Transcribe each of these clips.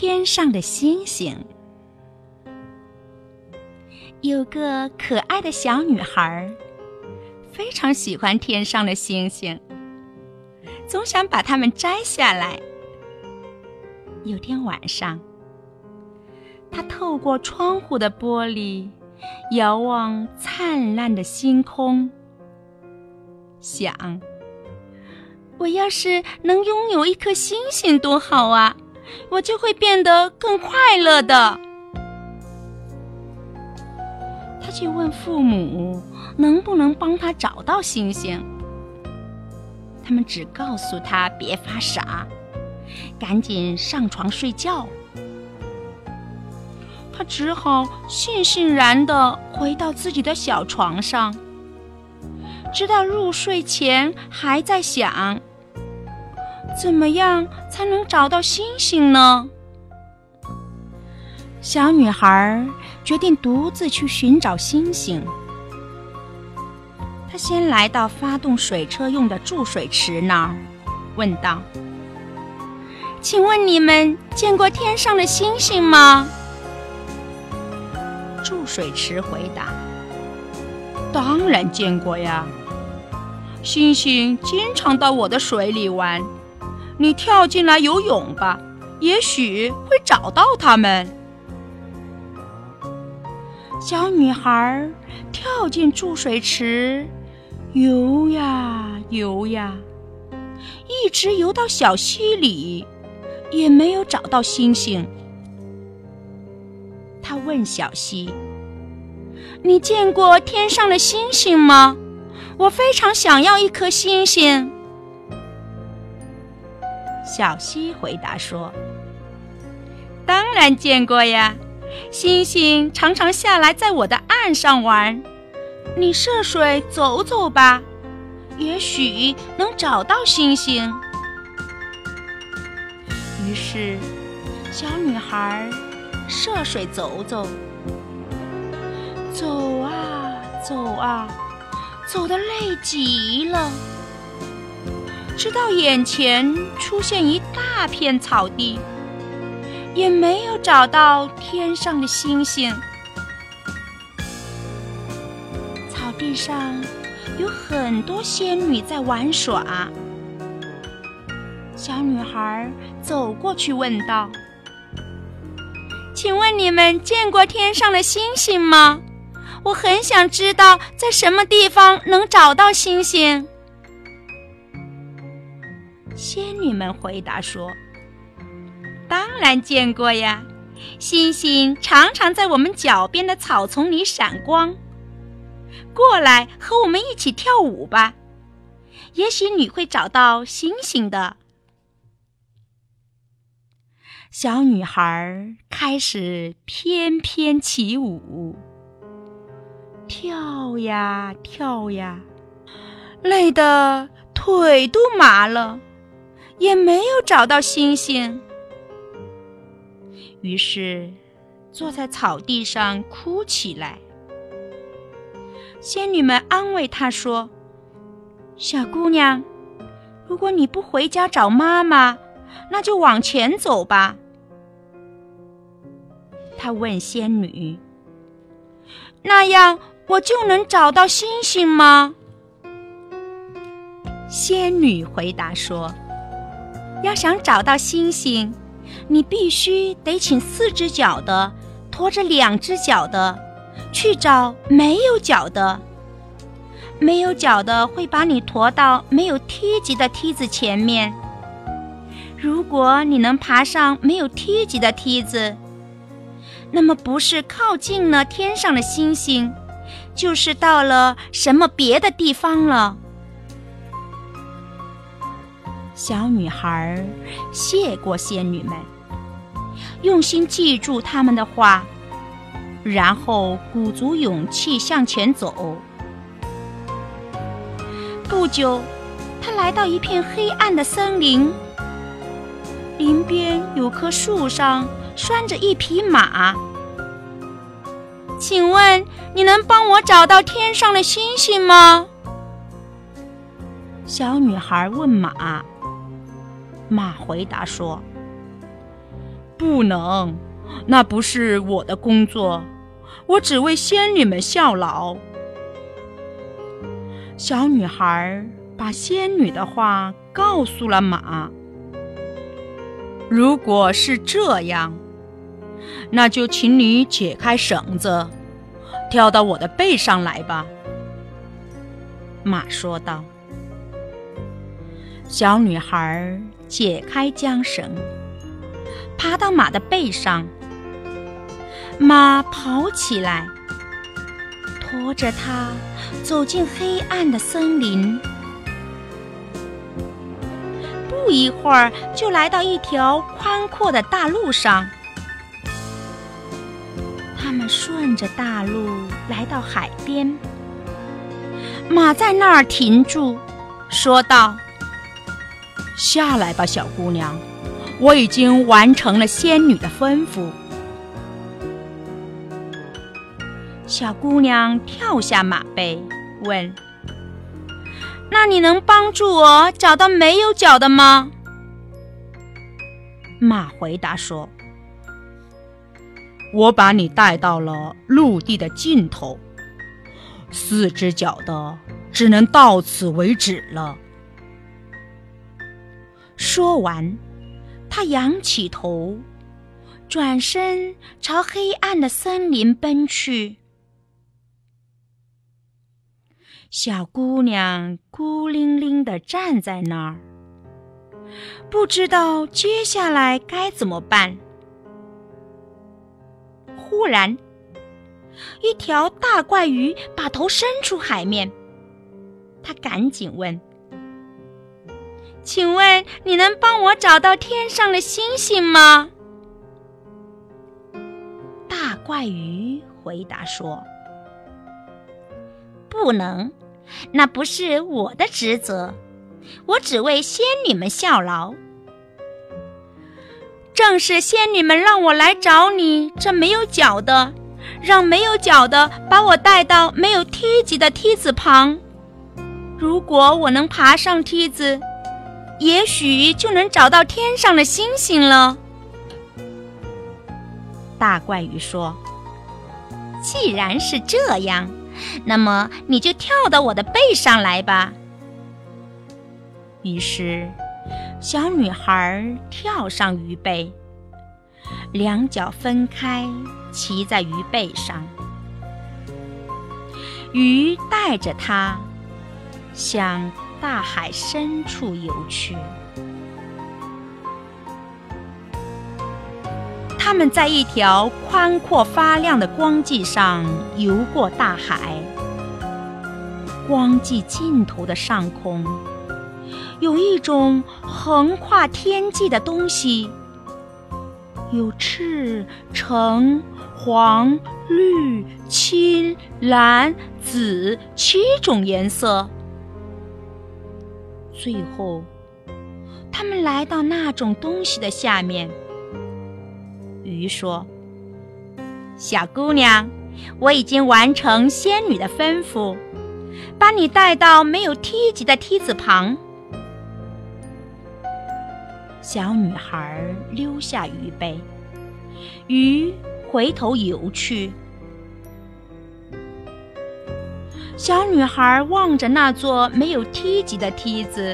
天上的星星。有个可爱的小女孩，非常喜欢天上的星星，总想把它们摘下来。有天晚上，她透过窗户的玻璃遥望灿烂的星空，想，我要是能拥有一颗星星多好啊，我就会变得更快乐的。他去问父母能不能帮他找到星星，他们只告诉他别发傻，赶紧上床睡觉。他只好悻悻然地回到自己的小床上，直到入睡前还在想，怎么样才能找到星星呢？小女孩决定独自去寻找星星。她先来到发动水车用的注水池那儿，问道：“请问你们见过天上的星星吗？”注水池回答：“当然见过呀，星星经常到我的水里玩，你跳进来游泳吧，也许会找到它们。”小女孩跳进注水池，游呀游呀，一直游到小溪里，也没有找到星星。她问小溪：“你见过天上的星星吗？我非常想要一颗星星。”小溪回答说：“当然见过呀，星星常常下来在我的岸上玩，你涉水走走吧，也许能找到星星。”于是小女孩涉水走走，走啊走啊，走得累极了，直到眼前出现一大片草地，也没有找到天上的星星。草地上有很多仙女在玩耍。小女孩走过去问道：“请问你们见过天上的星星吗？我很想知道在什么地方能找到星星。”仙女们回答说：“当然见过呀，星星常常在我们脚边的草丛里闪光。过来和我们一起跳舞吧，也许你会找到星星的。”小女孩开始翩翩起舞，跳呀跳呀，累得腿都麻了，也没有找到星星。于是坐在草地上哭起来。仙女们安慰她说：“小姑娘，如果你不回家找妈妈，那就往前走吧。”她问仙女：“那样我就能找到星星吗？”仙女回答说：“要想找到星星，你必须得请4只脚的驮着2只脚的去找没有脚的，没有脚的会把你驮到没有梯级的梯子前面。如果你能爬上没有梯级的梯子，那么不是靠近了天上的星星，就是到了什么别的地方了。”小女孩谢过仙女们，用心记住他们的话，然后鼓足勇气向前走。不久，她来到一片黑暗的森林，林边有棵树上拴着一匹马。“请问你能帮我找到天上的星星吗？”小女孩问马。马回答说：“ 不能，那不是我的工作，我只为仙女们效劳。小女孩把仙女的话告诉了马。如果是这样，那就请你解开绳子，跳到我的背上来吧。马说道。小女孩解开缰绳，爬到马的背上，马跑起来，拖着它走进黑暗的森林。不一会儿就来到一条宽阔的大路上。他们顺着大路来到海边，马在那儿停住，说道：下来吧，小姑娘，我已经完成了仙女的吩咐。小姑娘跳下马背，问：那你能帮助我找到没有脚的吗？马回答说：我把你带到了陆地的尽头，4只脚的只能到此为止了。说完，他仰起头，转身朝黑暗的森林奔去。小姑娘孤零零地站在那儿，不知道接下来该怎么办。忽然，一条大怪鱼把头伸出海面，她赶紧问：请问你能帮我找到天上的星星吗？大怪鱼回答说：不能，那不是我的职责，我只为仙女们效劳。正是仙女们让我来找你这没有脚的，让没有脚的把我带到没有梯级的梯子旁。如果我能爬上梯子，也许就能找到天上的星星了。大怪鱼说：既然是这样，那么你就跳到我的背上来吧。于是小女孩跳上鱼背，两脚分开，骑在鱼背上。鱼带着她向大海深处游去。他们在一条宽阔发亮的光迹上游过大海。光迹尽头的上空，有一种横跨天际的东西，有赤、橙、黄、绿、青、蓝、紫7种颜色。最后，他们来到那种东西的下面。鱼说：小姑娘，我已经完成仙女的吩咐，把你带到没有梯级的梯子旁。小女孩溜下鱼背，鱼回头游去。小女孩望着那座没有梯级的梯子，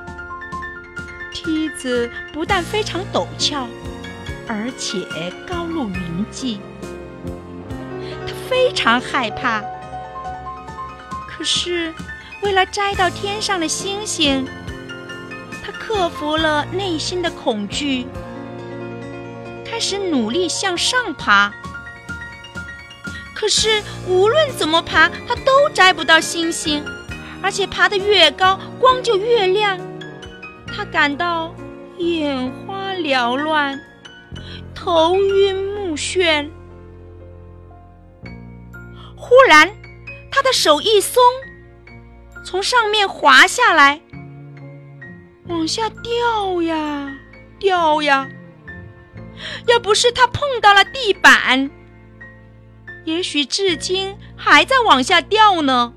梯子不但非常陡峭，而且高入云际。她非常害怕，可是为了摘到天上的星星，她克服了内心的恐惧，开始努力向上爬。可是无论怎么爬，她都摘不到星星，而且爬得越高，光就越亮。她感到眼花缭乱，头晕目眩。忽然，她的手一松，从上面滑下来，往下掉呀掉呀。要不是她碰到了地板，也许至今还在往下掉呢。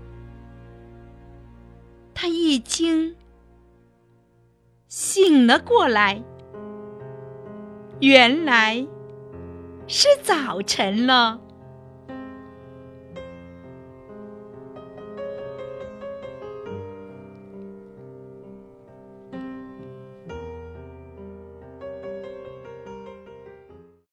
她一惊，醒了过来， 原来是早晨了。